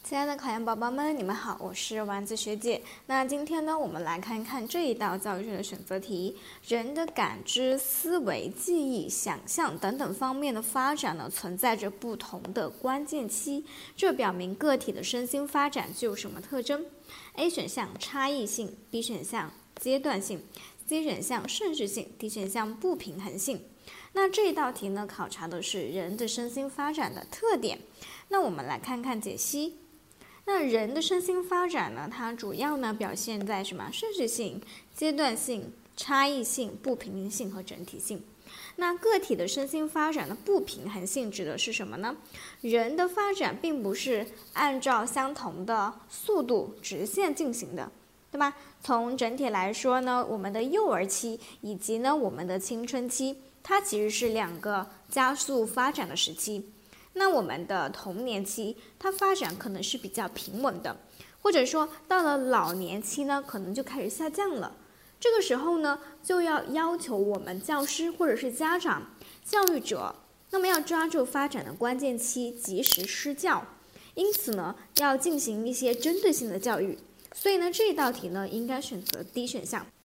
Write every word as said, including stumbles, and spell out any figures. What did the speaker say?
亲爱的考研宝宝们，你们好，我是丸子学姐。那今天呢，我们来看看这一道教育卷的选择题。人的感知、思维、记忆、想象等等方面的发展呢，存在着不同的关键期，这表明个体的身心发展具有什么特征 ？A 选项差异性 ，B 选项阶段性 ，C 选项顺势性 ，D 选项不平衡性。那这道题呢，考察的是人的身心发展的特点。那我们来看看解析。那人的身心发展呢，它主要呢表现在什么？顺势性、阶段性、差异性、不平衡性和整体性。那个体的身心发展的不平衡性指的是什么呢？人的发展并不是按照相同的速度直线进行的，对吧？从整体来说呢，我们的幼儿期以及呢我们的青春期，它其实是两个加速发展的时期。那我们的童年期，它发展可能是比较平稳的，或者说到了老年期呢，可能就开始下降了。这个时候呢，就要要求我们教师或者是家长、教育者，那么要抓住发展的关键期，及时施教。因此呢，要进行一些针对性的教育。所以呢，这道题呢，应该选择 D 选项。